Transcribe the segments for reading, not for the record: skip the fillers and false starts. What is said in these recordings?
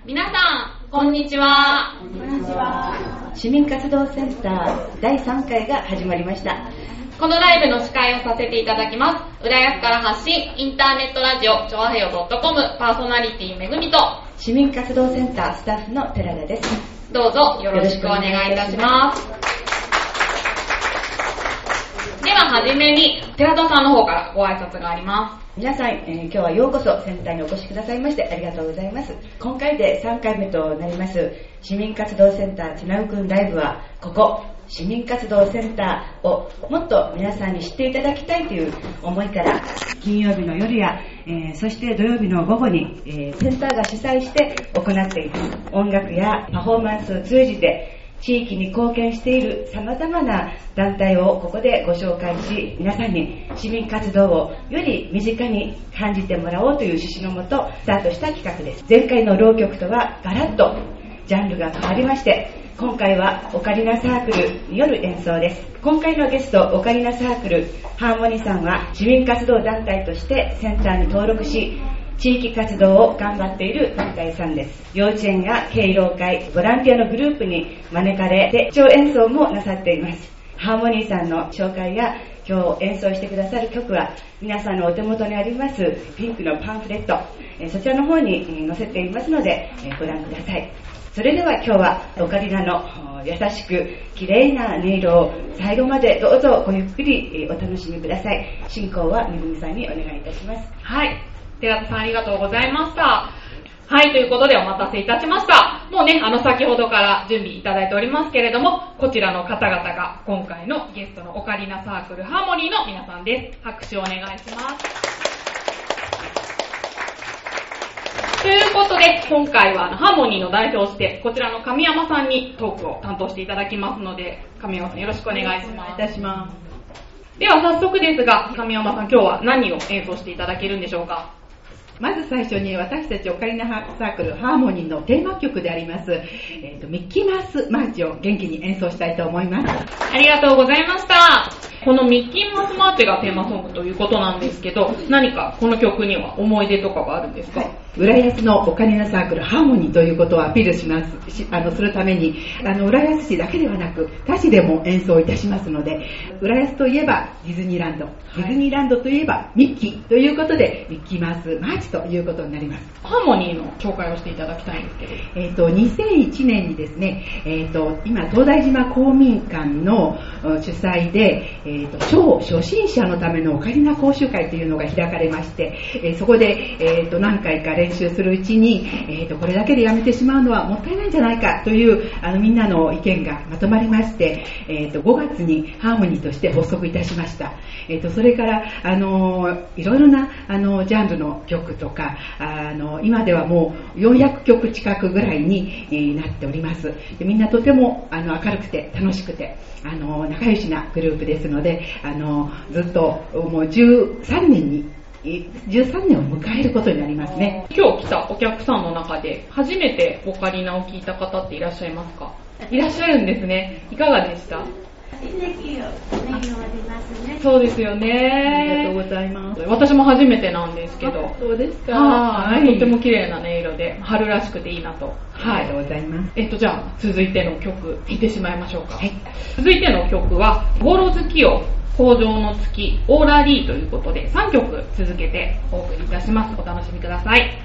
皆さん、こんにちは。 こんにちは。市民活動センター第3回が始まりました。 このライブの司会をさせていただきます。浦安から発信、インターネットラジオ、ちょわへよ .com パーソナリティめぐみと、 市民活動センタースタッフの寺田です。 どうぞよろしくお願いいたします。でははじめに、寺田さんの方からご挨拶があります。 皆さん、今日はようこそセンターにお越しくださいましてありがとうございます。今回で3回目となります市民活動センターつなぐくんライブは、ここ市民活動センターをもっと皆さんに知っていただきたいという思いから、金曜日の夜や、そして土曜日の午後に、センターが主催して行っている音楽やパフォーマンスを通じて地域に貢献している様々な団体をここでご紹介し、皆さんに市民活動をより身近に感じてもらおうという趣旨のもとスタートした企画です。前回の浪曲とはガラッとジャンルが変わりまして、今回はオカリナサークルによる演奏です。今回のゲスト、オカリナサークルハーモニさんは市民活動団体としてセンターに登録し、地域活動を頑張っている団体さんです。幼稚園や敬老会、ボランティアのグループに招かれて超演奏もなさっています。ハーモニーさんの紹介や今日演奏してくださる曲は皆さんのお手元にありますピンクのパンフレット、そちらの方に載せていますのでご覧ください。それでは今日はオカリナの優しく綺麗な音色を最後までどうぞごゆっくりお楽しみください。進行はめぐみさんにお願いいたします。 はい、寺田さんありがとうございました。はい、ということでお待たせいたしました。もうね、先ほどから準備いただいておりますけれども、こちらの方々が今回のゲストのオカリナサークルハーモニーの皆さんです。拍手をお願いします。ということで、今回はハーモニーの代表をして、こちらの神山さんにトークを担当していただきますので、神山さんよろしくお願いします。 お願いいたします。 では早速ですが、神山さん今日は何を演奏していただけるんでしょうか？ まず最初に私たちオカリナサークルハーモニーのテーマ曲であります、ミッキーマウスマーチを元気に演奏したいと思います。 ありがとうございました。このミッキーマウスマーチがテーマソングということなんですけど、何かこの曲には思い出とかがあるんですか？ 浦安のオカリナサークルハーモニーということをアピールしますするために浦安市だけではなく他市でも演奏いたしますので、浦安といえばディズニーランド、ディズニーランドといえばミッキーということでミッキーマウスマーチということになります。 ハーモニーの紹介をしていただきたいんですけど、 2001年にですね、今東大島公民館の主催で、超初心者のためのオカリナ講習会というのが開かれまして、そこで、何回か練習するうちに、これだけでやめてしまうのはもったいないんじゃないかというみんなの意見がまとまりまして、5月にハーモニーとして発足いたしました。それからいろいろなジャンルの曲とか今ではもう400曲近くぐらいになっております。でみんなとても明るくて楽しくて仲良しなグループですので、ずっともう13年を迎えることになりますね。 今日来たお客さんの中で初めてオカリナを聴いた方っていらっしゃいますか？いらっしゃるんですね。いかがでした？そうですよね。 ありがとうございます。 私も初めてなんですけど。 そうですか。 はい。とても綺麗な音色で春らしくていいなと。 はい。ありがとうございます。 じゃあ続いての曲聴いてしまいましょうか。 はい。 続いての曲はゴロ月夜荒城の月オーラリーということで3曲続けてお送りいたします。お楽しみください。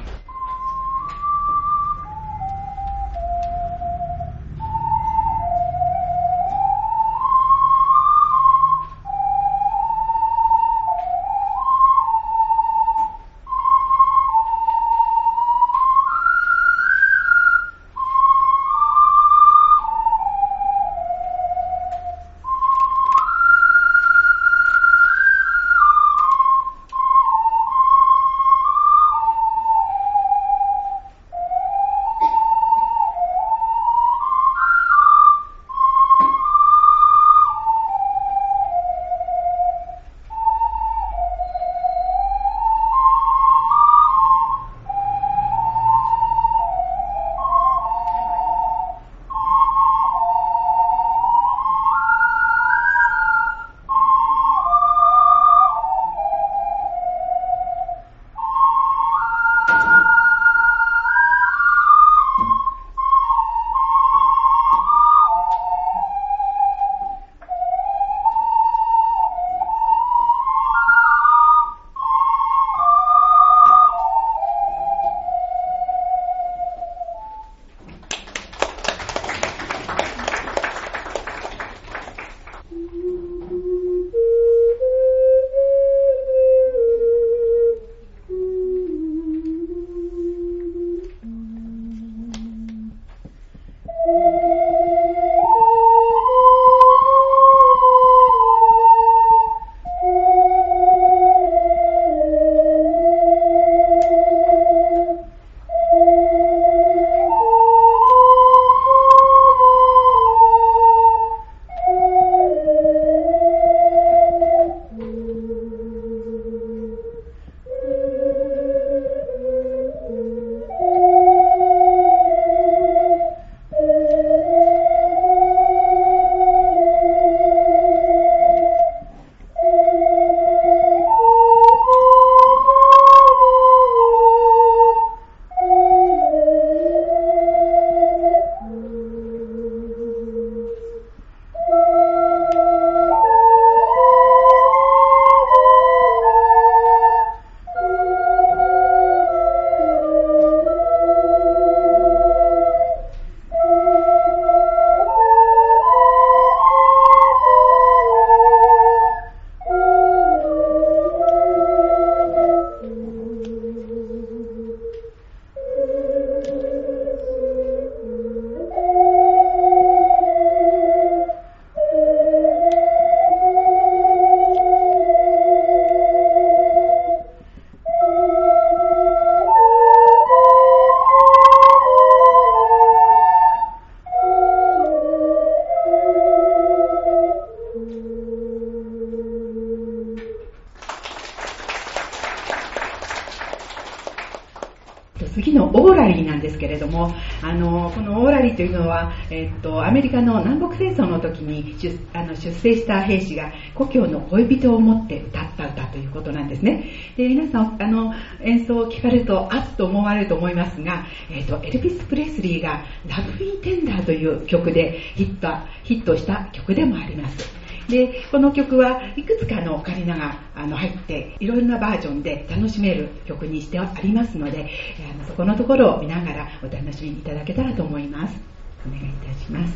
ですけれども、このオーラリーというのは、アメリカの南北戦争の時に出征した兵士が故郷の恋人を持って歌った歌ということなんですね。で、皆さん演奏を聞かれるとあっと思われると思いますが、エルビス・プレスリーがラブ・イン・テンダーという曲でヒットした曲でもあります。で、この曲はいくつかのオカリナが入っていろいろなバージョンで楽しめる曲にしてありますので、そこのところを見ながらお楽しみいただけたらと思います。お願いいたします。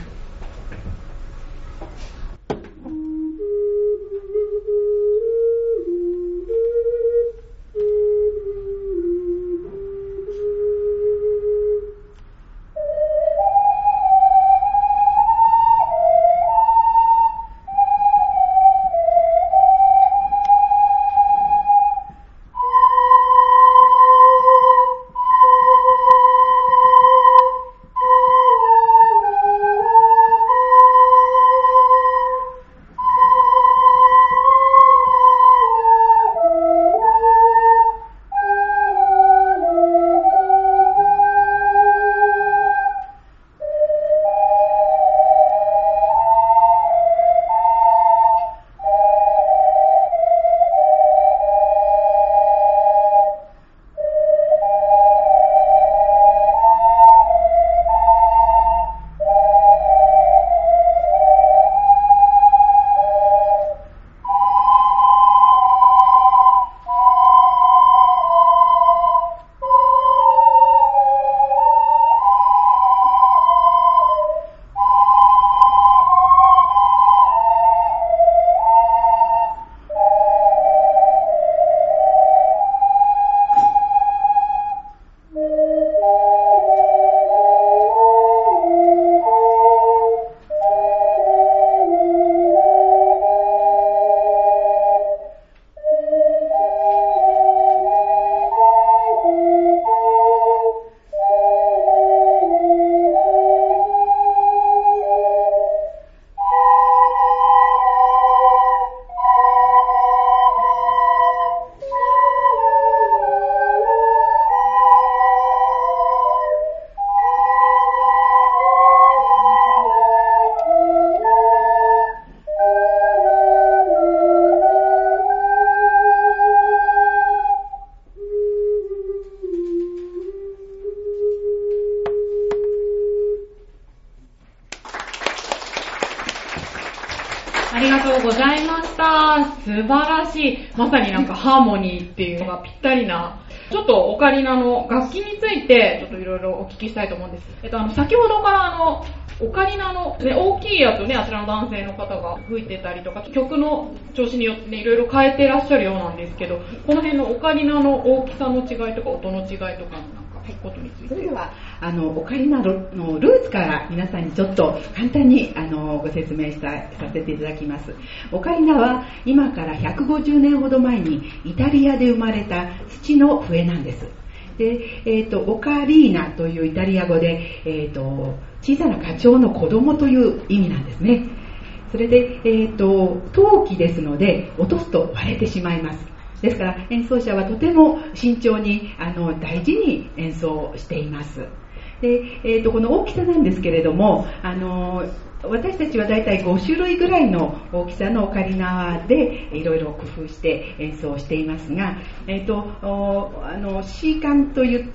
ありがとうございました。素晴らしい。まさになんかハーモニーっていうのがぴったりな。ちょっとオカリナの楽器についてちょっといろいろお聞きしたいと思うんです。先ほどからオカリナの、ね、大きいやつをね、あちらの男性の方が吹いてたりとか、曲の調子によってね、いろいろ変えてらっしゃるようなんですけど、この辺のオカリナの大きさの違いとか音の違いとか、なんかことについて。 それでは、オカリナのルーツから皆さんにちょっと簡単にご説明させていただきます。オカリナは今から150年ほど前にイタリアで生まれた土の笛なんです。で、オカリーナというイタリア語で、小さな花鳥の子供という意味なんですね。それで、陶器ですので落とすと割れてしまいます。ですから演奏者はとても慎重に大事に演奏しています。で、この大きさなんですけれども、私たちはだいたい5種類ぐらいの大きさのオカリナでいろいろ工夫して演奏していますが、C 管といって、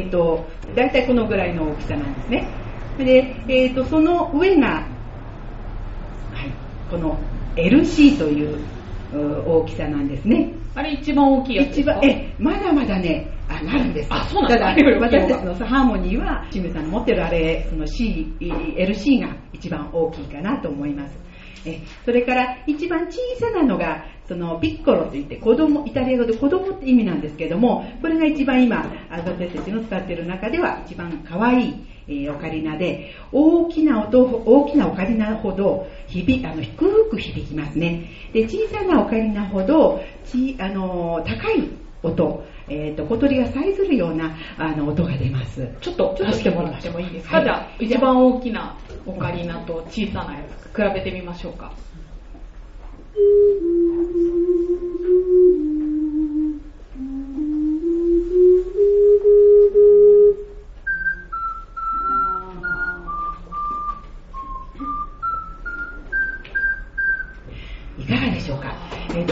だいたいこのぐらいの大きさなんですね。で、その上が、はい、この LC という大きさなんですね。 あれ一番大きいやつですか？ まだまだね、あるんです。 あ、そうなんですか。 ただ私たちのハーモニーは清水さんの持ってるあれ、その LC が一番大きいかなと思います。それから一番小さなのがそのピッコロといって子供、イタリア語で子供って意味なんですけども、これが一番今私たちの使っている中では一番可愛いオカリナで、大きなオカリナほど低く響きますね。で、小さなオカリナほど高い音、小鳥がさえずるような音が出ます。 ちょっと出してもらってもいいですか？はい、じゃあ一番大きなオカリナと小さなやつ比べてみましょうか。 しょうか。大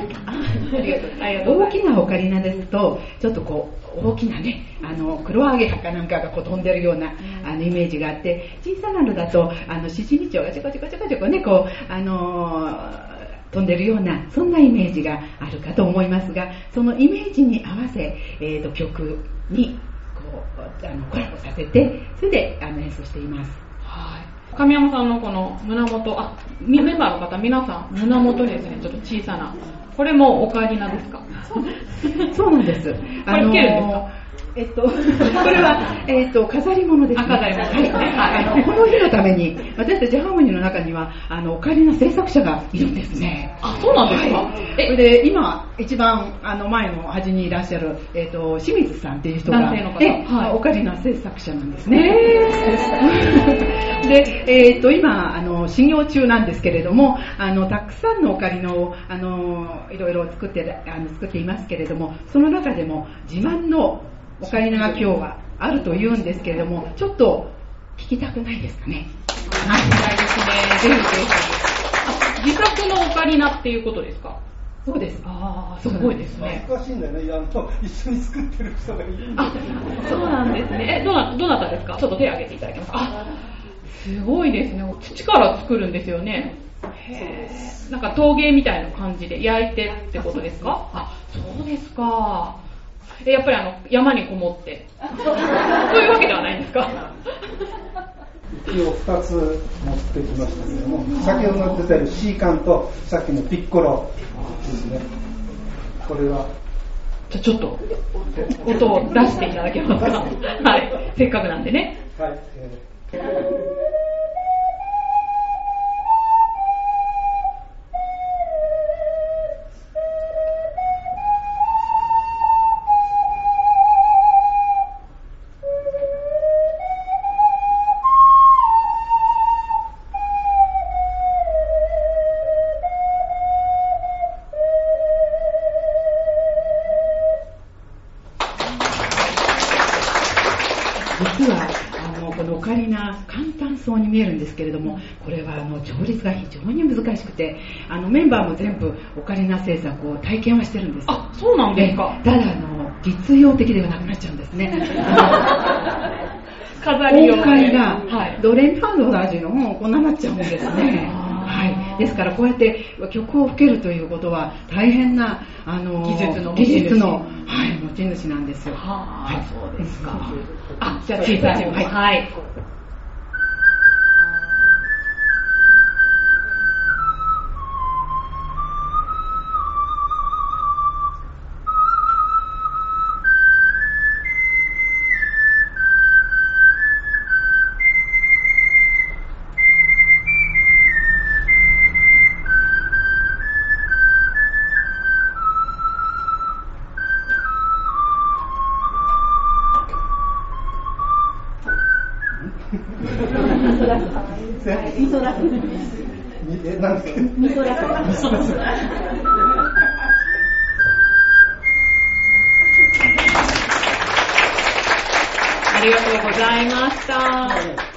きなオカリナですと、ちょっとこう大きなね、黒アゲハかなんかがこう飛んでるようなイメージがあって、小さなのだとシジミチョウがちょこちょこちょこちょこね、こう飛んでるような、そんなイメージがあるかと思いますが、そのイメージに合わせ、曲にこうコラボさせて、それで演奏しています。 はい。神山さんのこの胸元、メンバーの方皆さん胸元にですね、ちょっと小さな、これもオカリナですか？ そうなんです。 これつけるんですか？ これは、飾り物ですね。 飾り物ですね。 はい。この日のために、私たちハーモニーの中には、オカリナ制作者がいるんですね。 あ、そうなんですか？ はい、それで、今、一番、前の端にいらっしゃる、清水さんっていう人が、 男性の方、はい、 オカリナ制作者なんですね。で、今、修行中なんですけれども、たくさんのオカリナを、いろいろ作っていますけれども、その中でも、自慢のオカリナが今日はあるというんですけれども、ちょっと聞きたくないですかね。 はい、ですね。ぜひぜひ。自作のオカリナっていうことですか？ そうです。 すごいですね。 難しいんだよね。一緒に作ってる人がいる。 そうなんですね。どなたですか？ちょっと手を挙げていただけますか？すごいですね。土から作るんですよね。なんか陶芸みたいな感じで焼いてってことですか？そうですか。やっぱり山にこもってそういうわけではないんですか？ 木を2つ持ってきましたけども、先ほど言ってたシーカンとさっきのピッコロですね。これはじゃあちょっと音を出していただけますか？はい、せっかくなんでね。はい。 実はこのオカリナ簡単そうに見えるんですけれども、これは調律が非常に難しくて、メンバーも全部オカリナ制作を体験はしてるんです。 あ、そうなんですか。 ただ実用的ではなくなっちゃうんですね。 飾り用音階が、ドレミファドラジの本こんなになっちゃうんですね。はい、ですからこうやって曲を吹けるということは大変な技術の、はい、持ち主なんですよ。 はい、そうですか。じゃあ小さいはい。はい味噌ラフ。 何ですか？ 味噌ラフ。 ありがとうございました。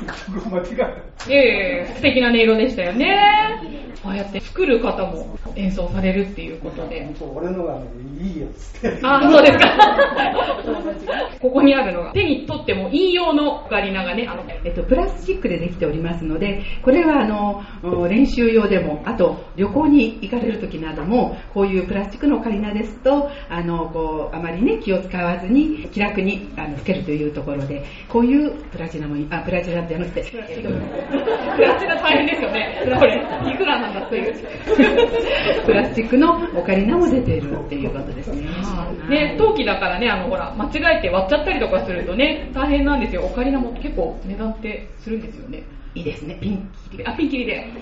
素敵な音色でしたよね。こうやって作る方も演奏されるっていうことで。 俺のがいいやつって。 そうですか。ここにあるのが手に取ってもいい用のオカリナがね、 プラスチックでできておりますので、これは練習用でも、あと旅行に行かれる時なども、こういうプラスチックのオカリナですと、あまりね気を使わずに気楽に吹けるというところで、こういうプラチナじゃなくて、 プラチナ大変ですよね。これいくらなんだというプラスチックのオカリナも出ているっていうことですね。 ね、陶器だからね、ほら間違えて割っちゃったりとかするとね大変なんですよ。オカリナも結構値段ってするんですよね。 いいですね。ピンキリで。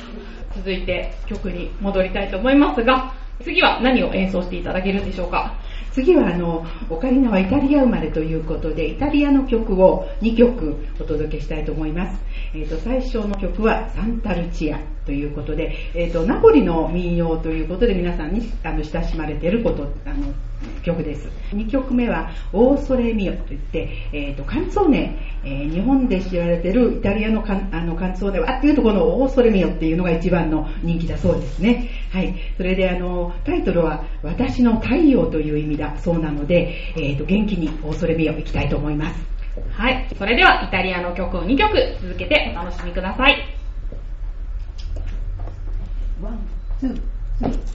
続いて曲に戻りたいと思いますが、次は何を演奏していただけるんでしょうか？ 次はオカリナはイタリア生まれということで、イタリアの曲を2曲お届けしたいと思います。最初の曲はサンタルチアということで、ナポリの民謡ということで皆さんに親しまれている曲です。2曲目はオーソレミオといって、カンツォーネ、日本で知られているイタリアのカンツォーネはっていうとこのオーソレミオっていうのが一番の人気だそうですね。はい。それでタイトルは私の太陽という意味だそうなので、元気にオーソレミオいきたいと思います。 はい。それではイタリアの曲を2曲続けてお楽しみください。 ワン、ツー、スリー。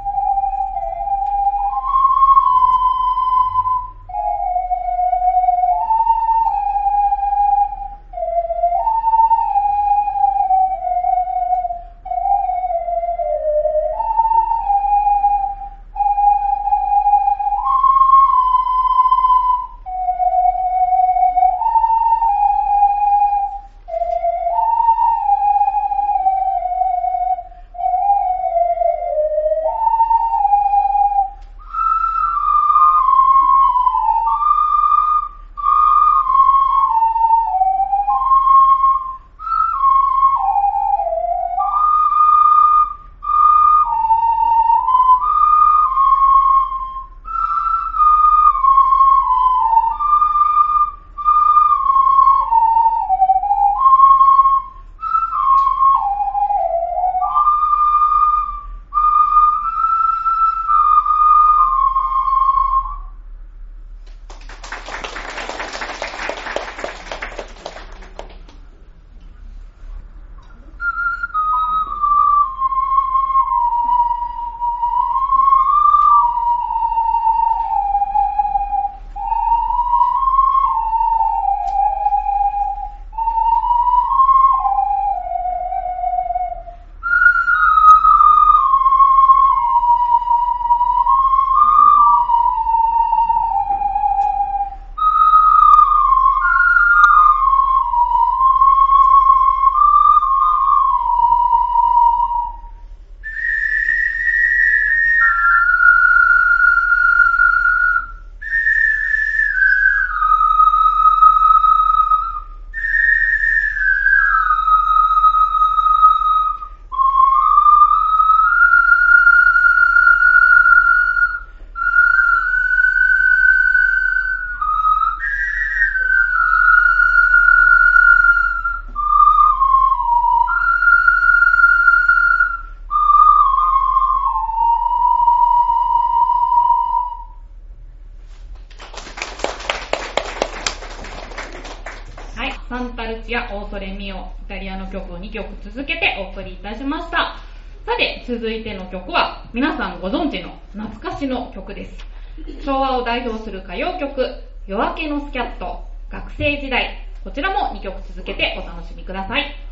サンタルチア、オーソレミオ、イタリアの曲を2曲続けてお送りいたしました。さて、続いての曲は皆さんご存知の懐かしの曲です。昭和を代表する歌謡曲、夜明けのスキャット、学生時代、こちらも2曲続けてお楽しみください。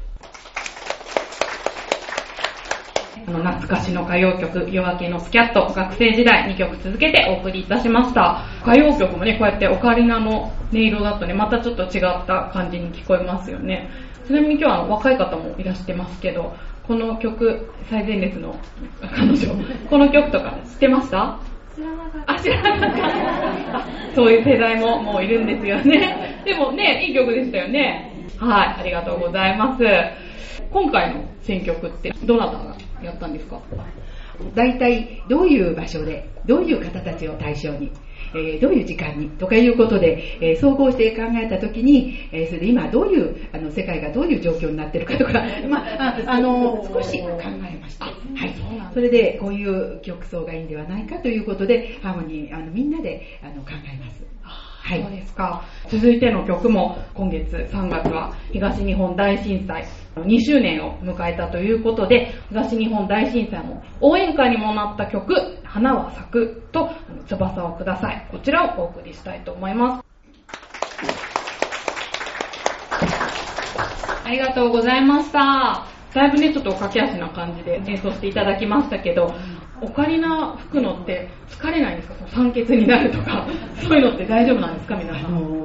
懐かしの歌謡曲、夜明けのスキャット、学生時代2曲続けてお送りいたしました。歌謡曲もね、こうやってオカリナの音色だとね、またちょっと違った感じに聞こえますよね。ちなみに今日は若い方もいらしてますけど、この曲、最前列の彼女、この曲とか知ってました？知らなかった。知らなかった。そういう世代ももういるんですよね。でもね、いい曲でしたよね。はい、ありがとうございます。今回の選曲ってどなたがやったんですか？ 大体どういう場所でどういう方たちを対象に、どういう時間にとかいうことで、総合して考えたときに、それで今どういう世界がどういう状況になっているかとか、少し考えました。はい。それでこういう曲奏がいいんではないかということでハーモニーみんなで考えます。 はい、そうですか。続いての曲も今月3月は東日本大震災2周年を迎えたということで、東日本大震災も応援歌にもなった曲、花は咲くと翼をください。こちらをお送りしたいと思います。ありがとうございました。だいぶね、ちょっと駆け足な感じで演奏していただきましたけど、オカリナ吹くのって疲れないんですか？酸欠になるとかそういうのって大丈夫なんですか？皆さん。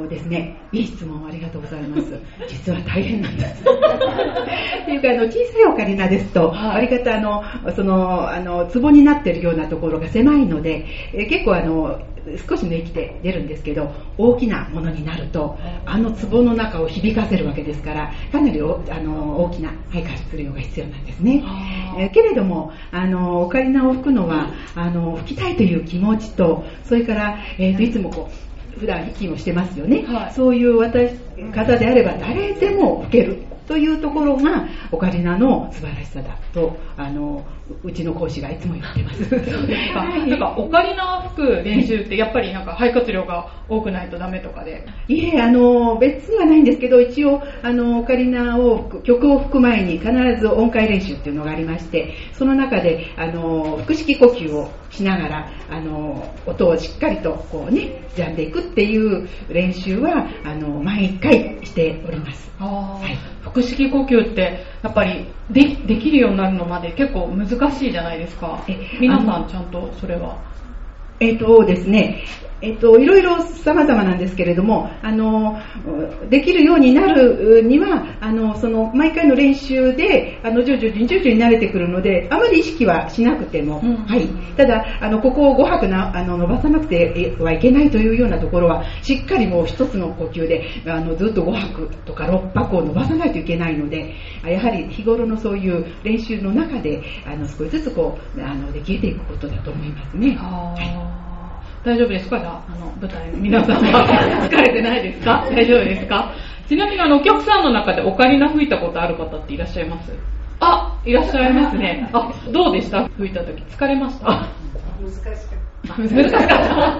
ですね、いい質問ありがとうございます。実は大変なんです。っていうか小さいオカリナですと、 はい、 割り方壺になっているようなところが狭いので、結構少しの息で出るんですけど、大きなものになると壺の中を響かせるわけですから、かなり大きな肺活量が必要なんですね。けれどもオカリナを吹くのは吹きたいという気持ちと、それから、いつも普段息をしてますよね、はい、そういう方であれば誰でも吹けるというところがオカリナの素晴らしさだとうちの講師がいつも言ってます。 なんかオカリナ吹く練習ってやっぱりなんか肺活量が多くないとダメとかで。 いえ、別はないんですけど、一応オカリナを曲を吹く前に必ず音階練習っていうのがありまして、その中で腹式呼吸をしながら音をしっかりとジャンでいくっていう練習は毎回しております。 はい、腹式呼吸ってやっぱりできるようになるのまで結構難しいじゃないですか。皆さんちゃんとそれはですね、いろいろ様々なんですけれども、できるようになるにはその毎回の練習で徐々に慣れてくるので、あまり意識はしなくても、はい、ただここを5拍伸ばさなくてはいけないというようなところはしっかりもう一つの呼吸でずっと5拍とか6拍を伸ばさないといけないので、やはり日頃のそういう練習の中で少しずつできていくことだと思いますね。 大丈夫ですか？じゃあ舞台の皆さんは疲れてないですか？大丈夫ですか？ちなみにお客さんの中でオカリナ吹いたことある方っていらっしゃいます？いらっしゃいますね。どうでした？吹いた時疲れました？難しかった。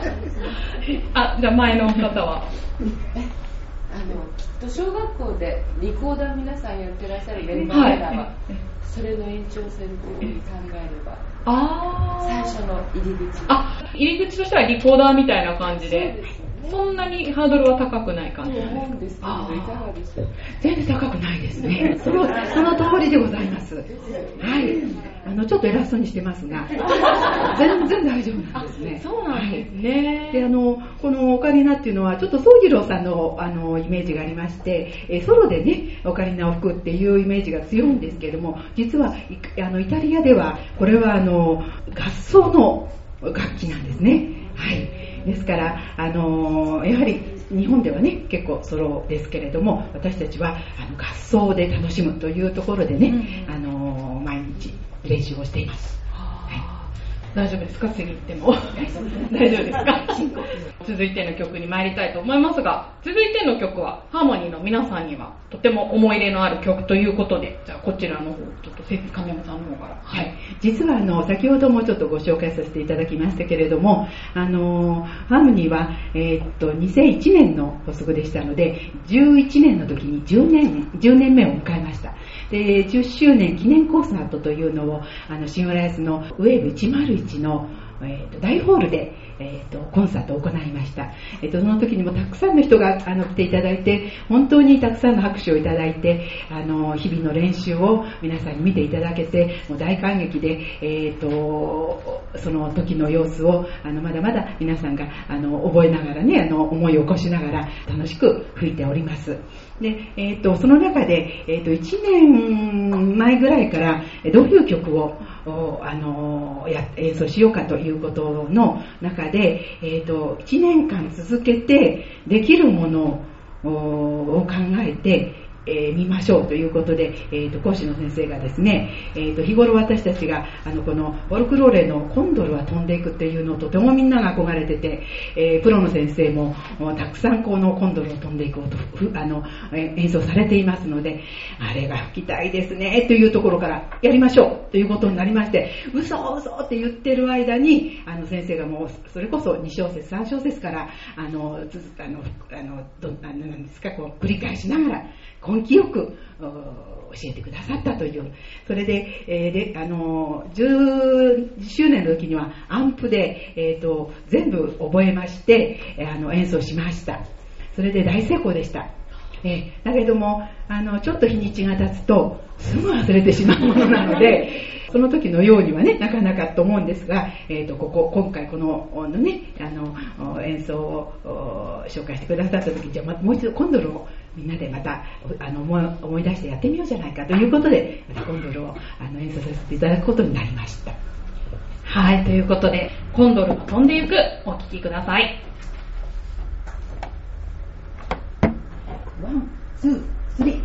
じゃあ前の方はきっと小学校でリコーダー皆さんやってらっしゃるメンバーは、それの延長線というふうに考えれば、最初の入り口。 入り口としてはリコーダーみたいな感じで、そんなにハードルは高くない感じです。 思うんですけど、いかがでしょう？ 全然高くないですね。その通りでございます。はい。ちょっと偉そうにしてますが、全然大丈夫なんですね。 そうなんですね。 で、このオカリナっていうのはちょっと宗次郎さんのイメージがありまして、ソロでねオカリナを吹くっていうイメージが強いんですけれども、実はイタリアではこれは合奏の楽器なんですね。はい。ですからやはり日本ではね結構ソロですけれども、私たちは合奏で楽しむというところでね、毎日練習をしています。 大丈夫ですか？次行っても大丈夫ですか？続いての曲に参りたいと思いますが、続いての曲はハーモニーの皆さんにはとても思い入れのある曲ということで、じゃあこちらの方ちょっと亀山さんの方から。 はい、実は先ほどもちょっとご紹介させていただきましたけれども、ハーモニーは、2001年の発足でしたので、11年の時に10年目を迎えました。で、10周年記念コンサートというのを新浦安のウェーブ101の大ホールで、コンサートを行いました。その時にもたくさんの人が来ていただいて、本当にたくさんの拍手をいただいて、日々の練習を皆さんに見ていただけて、もう大感激で、その時の様子をまだまだ皆さんが覚えながらね、思いを起こしながら楽しく吹いております。で、その中で、1年前ぐらいからどういう曲を演奏しようかということの中で、1年間続けてできるものを考えて見ましょうということで、講師の先生がですね、日頃私たちがこのフォルクローレのコンドルは飛んでいくっていうのをとてもみんなが憧れてて、プロの先生もたくさんこのコンドルを飛んでいこうと演奏されていますので、あれが吹きたいですねというところからやりましょうということになりまして、嘘って言ってる間に先生がもうそれこそ2小節3小節から何ですか、繰り返しながら根気よく教えてくださったという。それで、10周年の時にはアンプで、全部覚えまして演奏しました。それで大成功でした。 だけどもちょっと日にちが経つとすぐ忘れてしまうものなのでその時のようにはねなかなかと思うんですが、今回このね演奏を紹介してくださった時、じゃあもう一度コンドルをみんなでまた思い出してやってみようじゃないかということで、またコンドルを演奏させていただくことになりました。 はい、ということでコンドルが飛んでいくお聴きください。 ワン、ツー、スリー。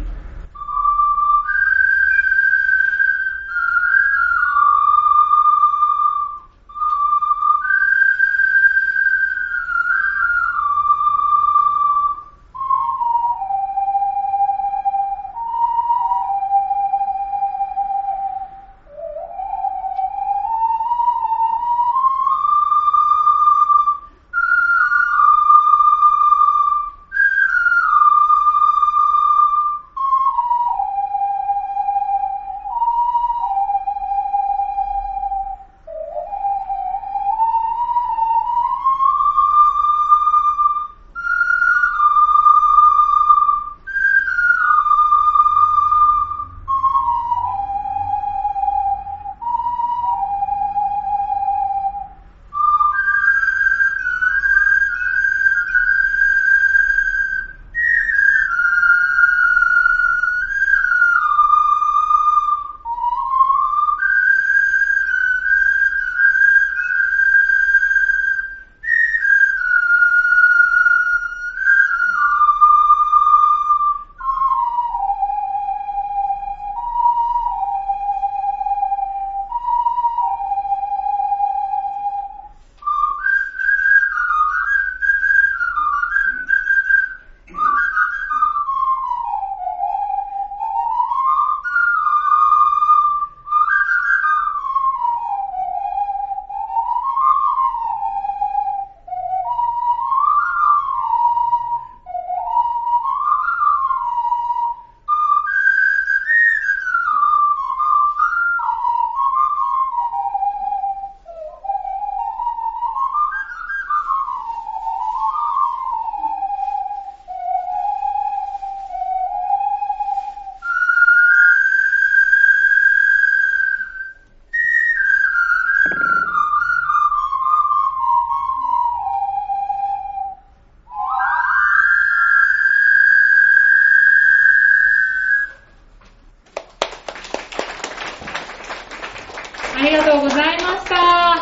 ありがとうございました。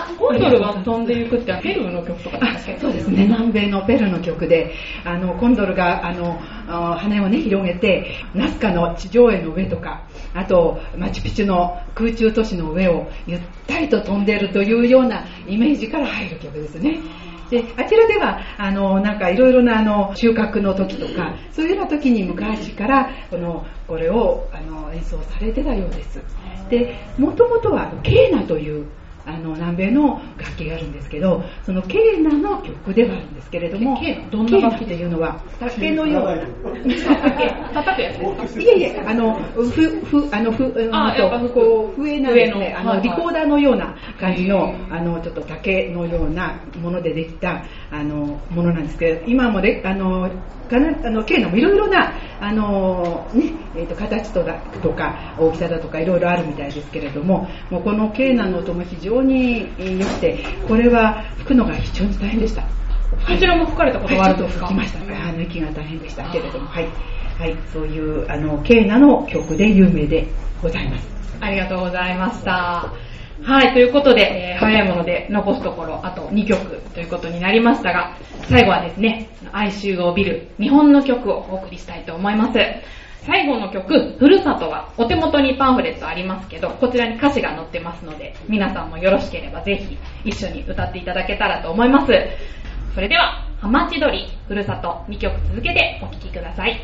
コンドルが飛んでいくってペルーの曲とかですか？ そうですね、南米のペルーの曲で、コンドルが羽をね広げてナスカの地上絵の上とか、あとマチュピチュの空中都市の上をゆったりと飛んでいるというようなイメージから入る曲ですね。であちらではなんかいろいろな収穫の時とかそういうような時に昔からこれを演奏されてたようです。でもともとはケーナという南米の楽器があるんですけど、そのケーナの曲ではあるんですけれども、 どんな楽器というのは竹のような叩くやつですか？ いえいえ、笛なんですね、リコーダーのような感じのちょっと竹のようなものでできたものなんですけど、今もケーナもいろいろな形とか大きさだとかいろいろあるみたいですけれども、もうこのケーナの音も非常に良くて、これは吹くのが非常に大変でした。 こちらも吹かれたことがあるんですか？ 吹きました。息が大変でしたけれども、はい、そういうケーナの曲で有名でございます。 ありがとうございました。はい、ということで、早いもので残すところあと2曲ということになりましたが、最後はですね、哀愁を帯びる日本の曲をお送りしたいと思います。最後の曲、ふるさとはお手元にパンフレットありますけど、こちらに歌詞が載ってますので、皆さんもよろしければぜひ一緒に歌っていただけたらと思います。それでは、浜千鳥、ふるさと2曲続けてお聴きください。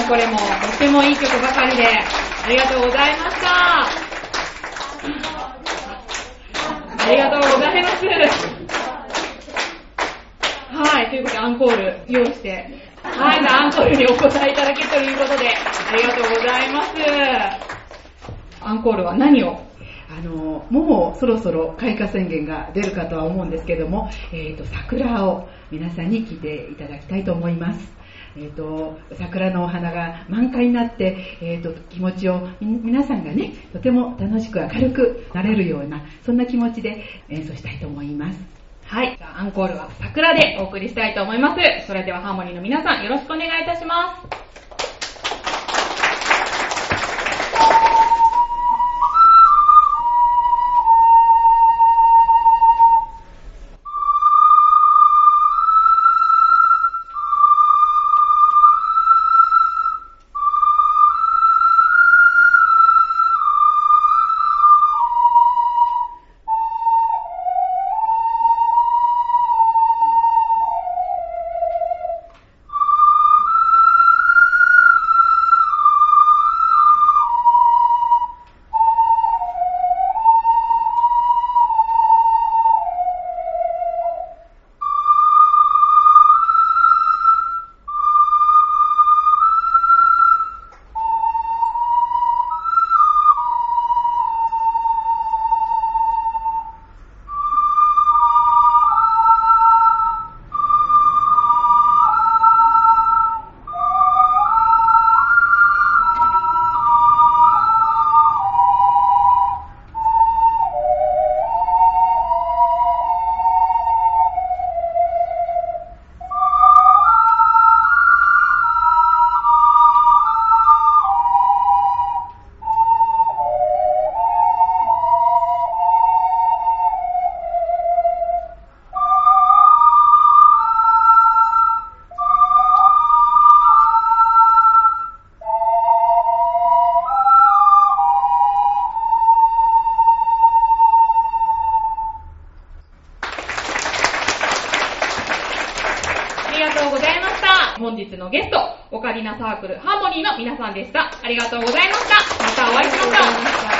これもとってもいい曲ばかりでありがとうございました。ありがとうございます。はい、ということでアンコール用意して、はい、じゃあアンコールにお答えいただけということでありがとうございます。アンコールは何を？ もうそろそろ開花宣言が出るかとは思うんですけども、桜を皆さんに聴いていただきたいと思います。桜のお花が満開になって、気持ちを皆さんがね、とても楽しく明るくなれるような、そんな気持ちで演奏したいと思います。 はい、アンコールは桜でお送りしたいと思います。それではハーモニーの皆さんよろしくお願いいたします。本日のゲスト、オカリナサークルハーモニーの皆さんでした。ありがとうございました。またお会いしましょう。